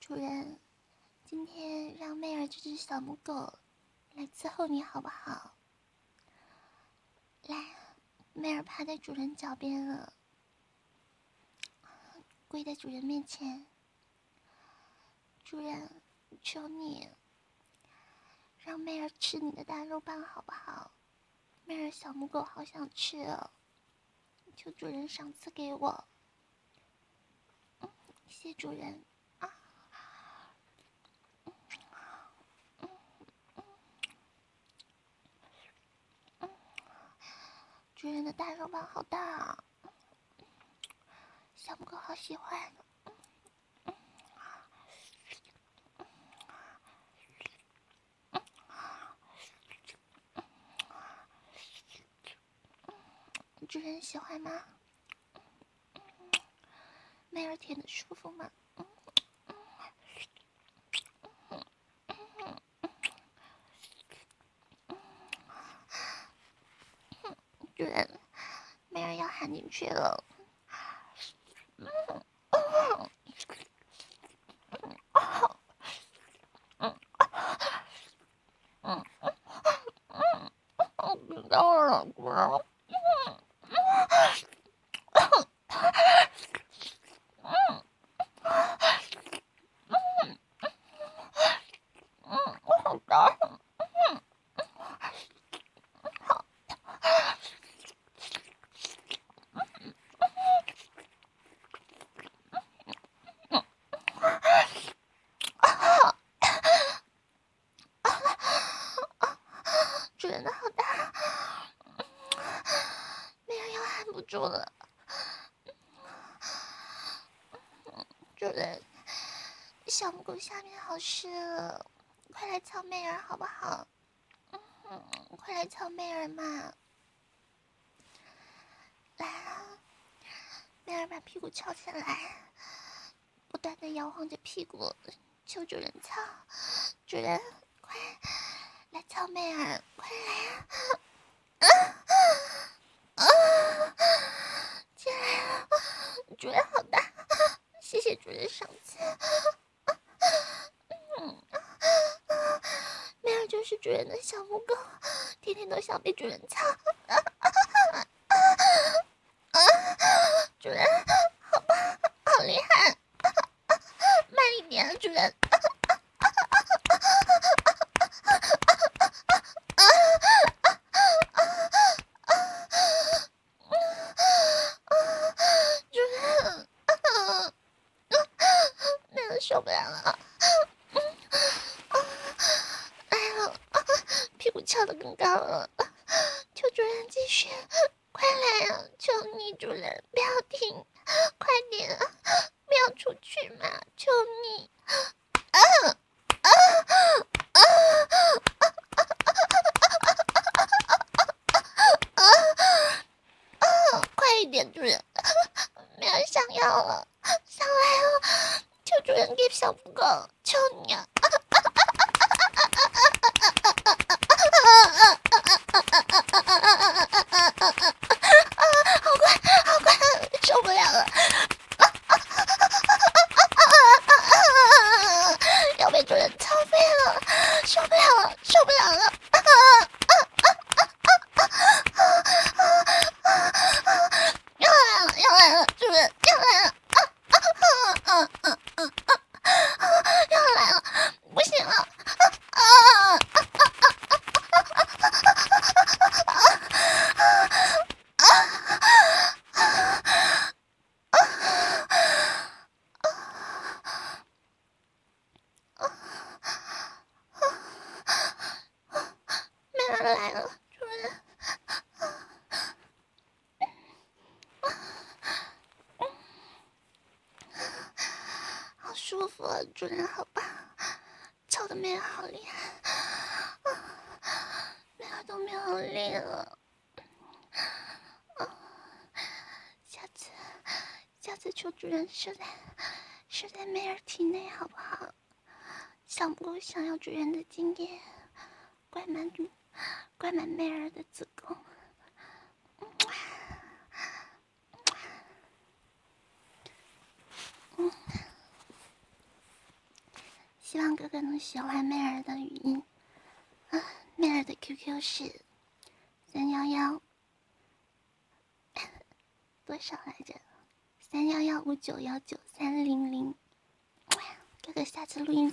主人，今天让妹儿这只小母狗来伺候你好不好？来，妹儿趴在主人脚边了，跪在主人面前。主人，求你让妹儿吃你的大肉棒好不好？妹儿小母狗好想吃哦，求主人赏赐给我。谢主人。主人的大肉棒好大啊，小母狗好喜欢。主人喜欢吗？妹儿舔的舒服吗？主人，妹儿要含进去了。知道了，主人。好大。主人的好大，妹儿要含不住了。主人，小母狗下面好湿了，快来敲妹儿好不好？快来敲妹儿嘛！来啊，妹儿把屁股翘起来，不断的摇晃着屁股，求主人敲。主人，快来敲妹儿，快来啊！进来了，主人好大，谢谢主人赏赐。妹儿就是主人的小母狗，天天都想被主人操。主人，好棒，好厉害！慢一点啊，主人。主人，妹儿受不了了。哎呦，屁股翘得更高了，求主人继续，快来啊！求你，主人不要停，快点，不要出去嘛！求你！快一点，主人，没有想要了，上来了！求主人给小母狗，求你啊！好快，好快，受不了了！要被主人操废了，受不了了，受不了了！要来了，要来了，主人要来了！要来了，不行了！妹儿来了，主人。好舒服啊，主人好棒，操的妹儿好厉害，妹儿都没有力了。下次求主人射在妹儿体内好不好？小母狗想要主人的精液，灌满妹儿的子宫。 希望哥哥能喜欢妹儿的语音。妹儿的 QQ 是311多少来着？31159193000。哥哥下次录音